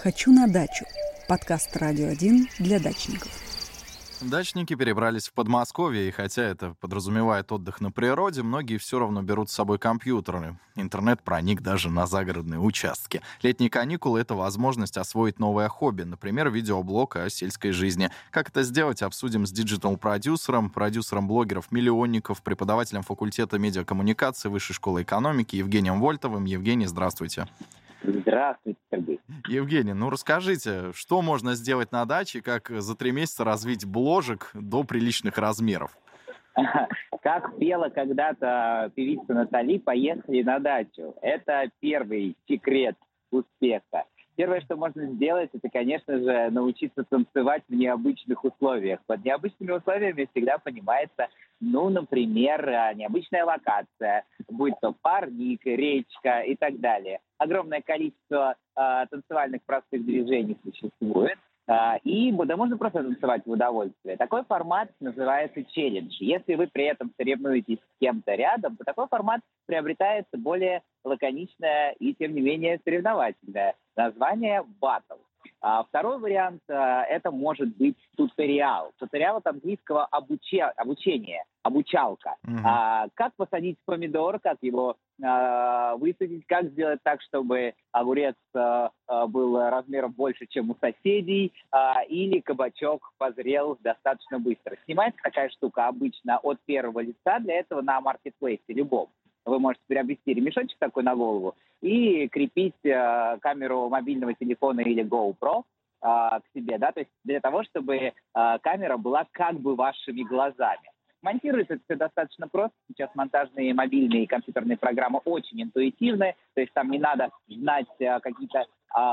«Хочу на дачу» – подкаст «Радио 1» для дачников. Дачники перебрались в Подмосковье, и хотя это подразумевает отдых на природе, многие все равно берут с собой компьютеры. Интернет проник даже на загородные участки. Летние каникулы — это возможность освоить новое хобби, например, видеоблог о сельской жизни. Как это сделать, обсудим с диджитал-продюсером, продюсером блогеров-миллионников, преподавателем факультета медиакоммуникации Высшей школы экономики Евгением Вольтовым. Евгений, здравствуйте. Здравствуйте, Сергей. Евгений, расскажите, что можно сделать на даче, как за 3 месяца развить бложек до приличных размеров? Как пела когда-то певица Натали, поехали на дачу. Это первый секрет успеха. Первое, что можно сделать, это, конечно же, научиться танцевать в необычных условиях. Под необычными условиями всегда понимается, например, необычная локация, будь то парник, речка и так далее. Огромное количество танцевальных простых движений существует. И можно просто танцевать в удовольствие. Такой формат называется челлендж. Если вы при этом соревнуетесь с кем-то рядом, то такой формат приобретается более лаконичное и, тем не менее, соревновательное название «баттл». Второй вариант – это может быть туториал. Туториал от английского обучение, обучалка. Как посадить помидор, как его высадить, как сделать так, чтобы огурец был размером больше, чем у соседей, или кабачок позрел достаточно быстро. Снимается такая штука обычно от первого лица, для этого на маркетплейсе любом. Вы можете приобрести ремешочек такой на голову и крепить камеру мобильного телефона или GoPro к себе, то есть для того, чтобы камера была как бы вашими глазами. Монтируется это все достаточно просто. Сейчас монтажные мобильные и компьютерные программы очень интуитивны, то есть там не надо знать какие-то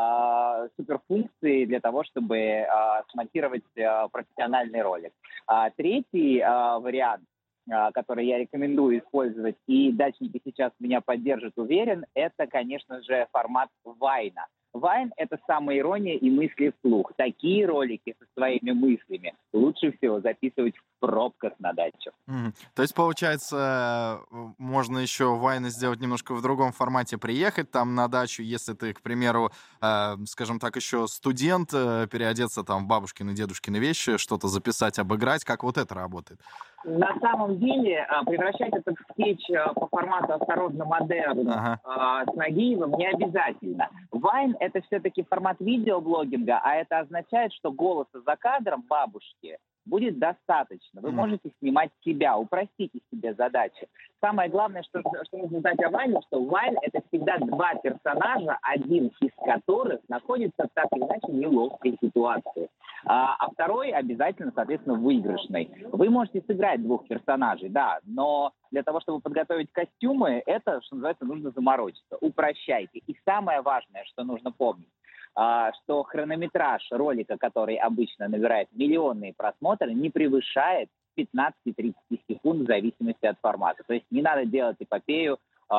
суперфункции для того, чтобы смонтировать профессиональный ролик. Третий вариант, который я рекомендую использовать, и дачники сейчас меня поддержат, уверен, это, конечно же, формат Вайна. Вайн — это самоирония и мысли вслух. Такие ролики со своими мыслями лучше всего записывать в пробках на даче. То есть, получается, можно еще Вайны сделать немножко в другом формате, приехать там на дачу, если ты, к примеру, скажем так, еще студент, переодеться там в бабушкины, дедушкины вещи, что-то записать, обыграть. Как вот это работает? На самом деле, превращать этот скетч по формату «Осторожно, модерн» с Нагиевым не обязательно. Вайн — это все-таки формат видеоблогинга, а это означает, что голоса за кадром бабушки будет достаточно. Вы можете снимать себя, упростите себе задачи. Самое главное, что нужно знать о Вайне, что Вайн — это всегда два персонажа, один из которых находится так или иначе в неловкой ситуации. А второй обязательно, соответственно, выигрышный. Вы можете сыграть двух персонажей, да, но для того, чтобы подготовить костюмы, это, что называется, нужно заморочиться. Упрощайте. И самое важное, что нужно помнить, что хронометраж ролика, который обычно набирает миллионные просмотры, не превышает 15-30 секунд в зависимости от формата. То есть не надо делать эпопею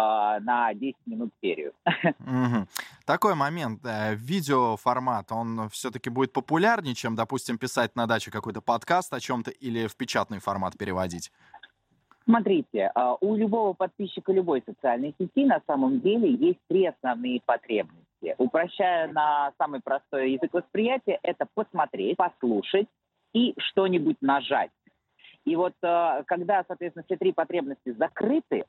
на 10 минут серию. Такой момент. Видеоформат, он все-таки будет популярнее, чем, допустим, писать на даче какой-то подкаст о чем-то или в печатный формат переводить? Смотрите, у любого подписчика любой социальной сети на самом деле есть 3 основные потребности. Упрощая на самый простой язык восприятия, это посмотреть, послушать и что-нибудь нажать. И вот когда, соответственно, все 3 потребности закрыты,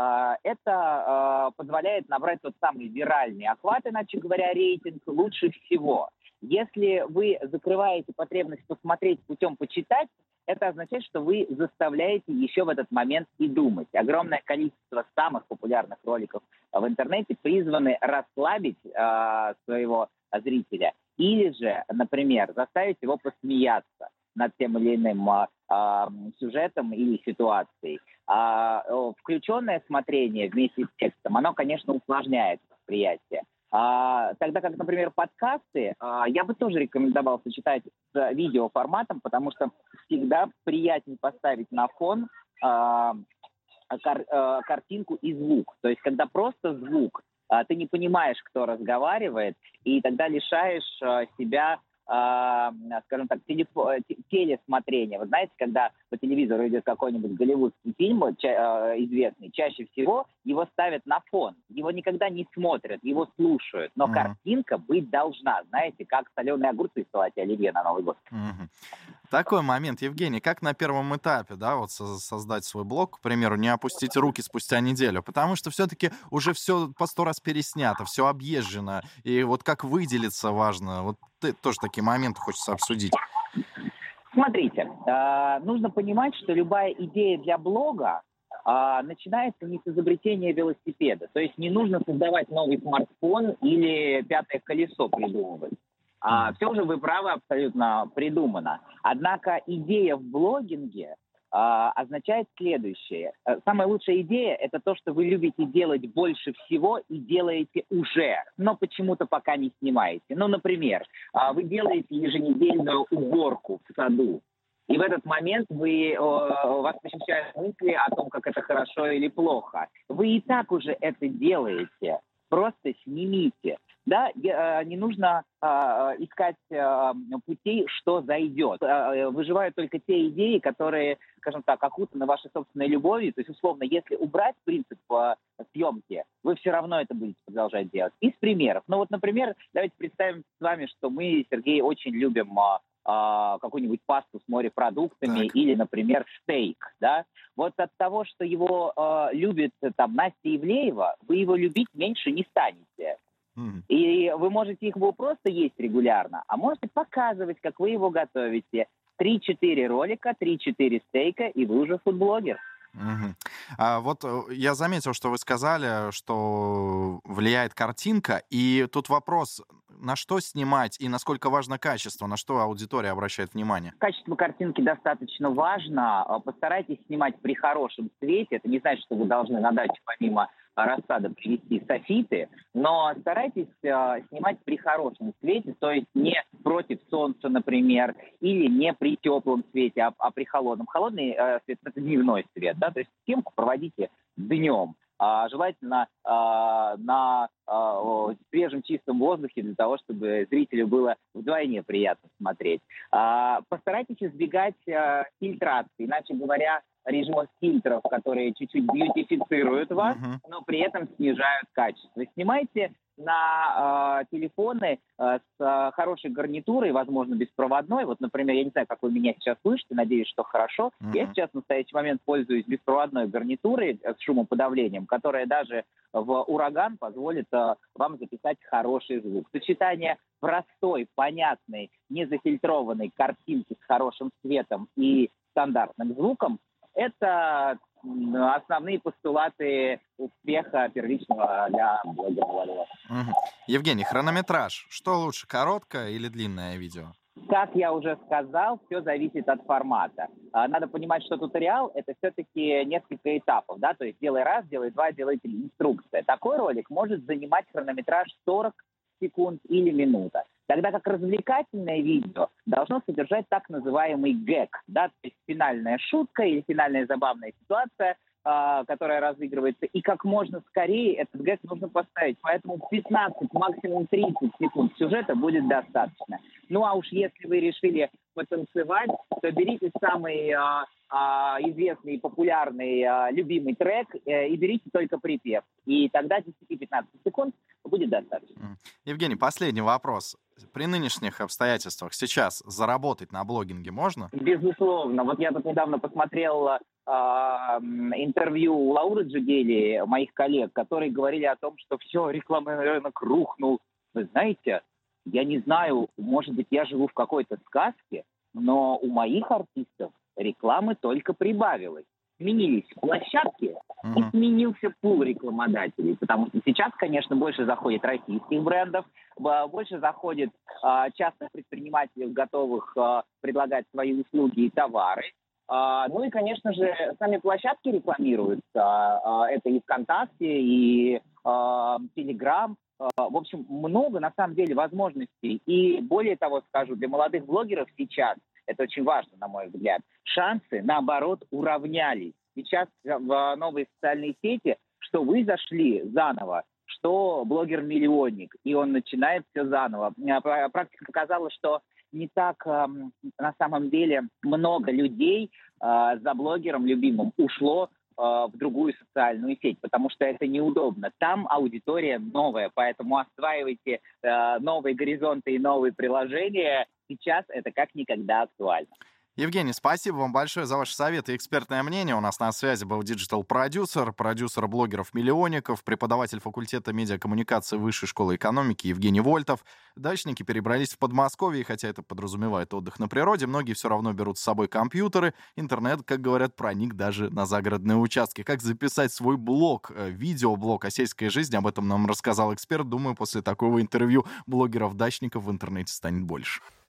это позволяет набрать тот самый виральный охват, иначе говоря, рейтинг лучше всего. Если вы закрываете потребность посмотреть путем почитать, это означает, что вы заставляете еще в этот момент и думать. Огромное количество самых популярных роликов в интернете призваны расслабить своего зрителя или же, например, заставить его посмеяться над тем или иным сюжетом или ситуацией. Включенное смотрение вместе с текстом, оно, конечно, усложняет восприятие. Тогда как, например, подкасты, я бы тоже рекомендовал сочетать с видеоформатом, потому что всегда приятнее поставить на фон картинку и звук. То есть, когда просто звук, ты не понимаешь, кто разговаривает, и тогда лишаешь себя, скажем так, телесмотрения. Вы знаете, когда по телевизору идет какой-нибудь голливудский фильм известный, чаще всего его ставят на фон. Его никогда не смотрят, его слушают. Но картинка быть должна, знаете, как соленые огурцы в салате оливье на Новый год. Такой момент, Евгений, как на первом этапе, да, вот создать свой блог, к примеру, не опустить руки спустя неделю, потому что все-таки уже все по 100 раз переснято, все объезжено, и вот как выделиться важно, вот тоже такие моменты хочется обсудить. Смотрите, нужно понимать, что любая идея для блога начинается не с изобретения велосипеда, то есть не нужно создавать новый смартфон или пятое колесо придумывать. Все же, вы правы, абсолютно придумано. Однако идея в блогинге означает следующее. Самая лучшая идея – это то, что вы любите делать больше всего и делаете уже, но почему-то пока не снимаете. Ну, например, вы делаете еженедельную уборку в саду, и в этот момент вас посещают мысли о том, как это хорошо или плохо. Вы и так уже это делаете, просто снимите. Да, не нужно искать путей, что зайдет. Выживают только те идеи, которые, скажем так, окутаны вашей собственной любовью. То есть, условно, если убрать принцип съемки, вы все равно это будете продолжать делать. Из примеров. Ну вот, например, давайте представим с вами, что мы, Сергей, очень любим какую-нибудь пасту с морепродуктами или, например, стейк. Да? Вот от того, что его любит там Настя Ивлеева, вы его любить меньше не станете. И вы можете его просто есть регулярно, а можете показывать, как вы его готовите. 3-4 ролика, 3-4 стейка, и вы уже фудблогер. Вот я заметил, что вы сказали, что влияет картинка, и тут вопрос, на что снимать и насколько важно качество, на что аудитория обращает внимание? Качество картинки достаточно важно. Постарайтесь снимать при хорошем свете. Это не значит, что вы должны на даче помимо рассада привезти софиты, но старайтесь снимать при хорошем свете, то есть не против солнца, например, или не при теплом свете, а при холодном. Холодный свет – это дневной свет, да, то есть съемку проводите днем. Желательно на свежем чистом воздухе для того, чтобы зрителю было вдвойне приятно смотреть. Постарайтесь избегать фильтрации, иначе говоря, режимов фильтров, которые чуть-чуть бьютифицируют вас, но при этом снижают качество. Снимайте на телефоны с хорошей гарнитурой, возможно, беспроводной. Вот, например, я не знаю, как вы меня сейчас слышите, надеюсь, что хорошо. Я сейчас в настоящий момент пользуюсь беспроводной гарнитурой с шумоподавлением, которая даже в ураган позволит вам записать хороший звук. Сочетание простой, понятной, незафильтрованной картинки с хорошим светом и стандартным звуком – это основные постулаты успеха первичного для блогера. Евгений, хронометраж. Что лучше, короткое или длинное видео? Как я уже сказал, все зависит от формата. Надо понимать, что туториал – это все-таки несколько этапов. Да? То есть делай раз, делай два, делай три. Инструкция. Такой ролик может занимать хронометраж 40 секунд или минута. Тогда как развлекательное видео должно содержать так называемый гэг, да, то есть финальная шутка или финальная забавная ситуация, которая разыгрывается, и как можно скорее этот гэг нужно поставить. Поэтому 15, максимум 30 секунд сюжета будет достаточно. Ну а уж если вы решили потанцевать, то берите самый известный и популярный любимый трек и берите только припев. И тогда 10-15 секунд будет достаточно. Евгений, последний вопрос. При нынешних обстоятельствах сейчас заработать на блогинге можно? Безусловно. Вот я тут недавно посмотрел интервью у Лауры Джигели, моих коллег, которые говорили о том, что все, рекламный рынок рухнул. Вы знаете, я не знаю, может быть, я живу в какой-то сказке, но у моих артистов рекламы только прибавилось. Сменились площадки и сменился пул рекламодателей, потому что сейчас, конечно, больше заходит российских брендов, больше заходит частных предпринимателей, готовых предлагать свои услуги и товары. Ну и, конечно же, сами площадки рекламируются. Это и ВКонтакте, и Телеграм. В общем, много, на самом деле, возможностей. И более того скажу, для молодых блогеров сейчас, это очень важно, на мой взгляд, шансы, наоборот, уравнялись. Сейчас в новые социальные сети, что вы зашли заново, что блогер-миллионник, и он начинает все заново. Практика показала, что не так на самом деле много людей за блогером любимым ушло в другую социальную сеть, потому что это неудобно. Там аудитория новая, поэтому осваивайте новые горизонты и новые приложения. Сейчас это как никогда актуально. Евгений, спасибо вам большое за ваши советы и экспертное мнение. У нас на связи был диджитал-продюсер, продюсер блогеров-миллионников, преподаватель факультета медиакоммуникации Высшей школы экономики Евгений Вольтов. Дачники перебрались в Подмосковье, и хотя это подразумевает отдых на природе, многие все равно берут с собой компьютеры. Интернет, как говорят, проник даже на загородные участки. Как записать свой блог, видеоблог о сельской жизни, об этом нам рассказал эксперт. Думаю, после такого интервью блогеров-дачников в интернете станет больше.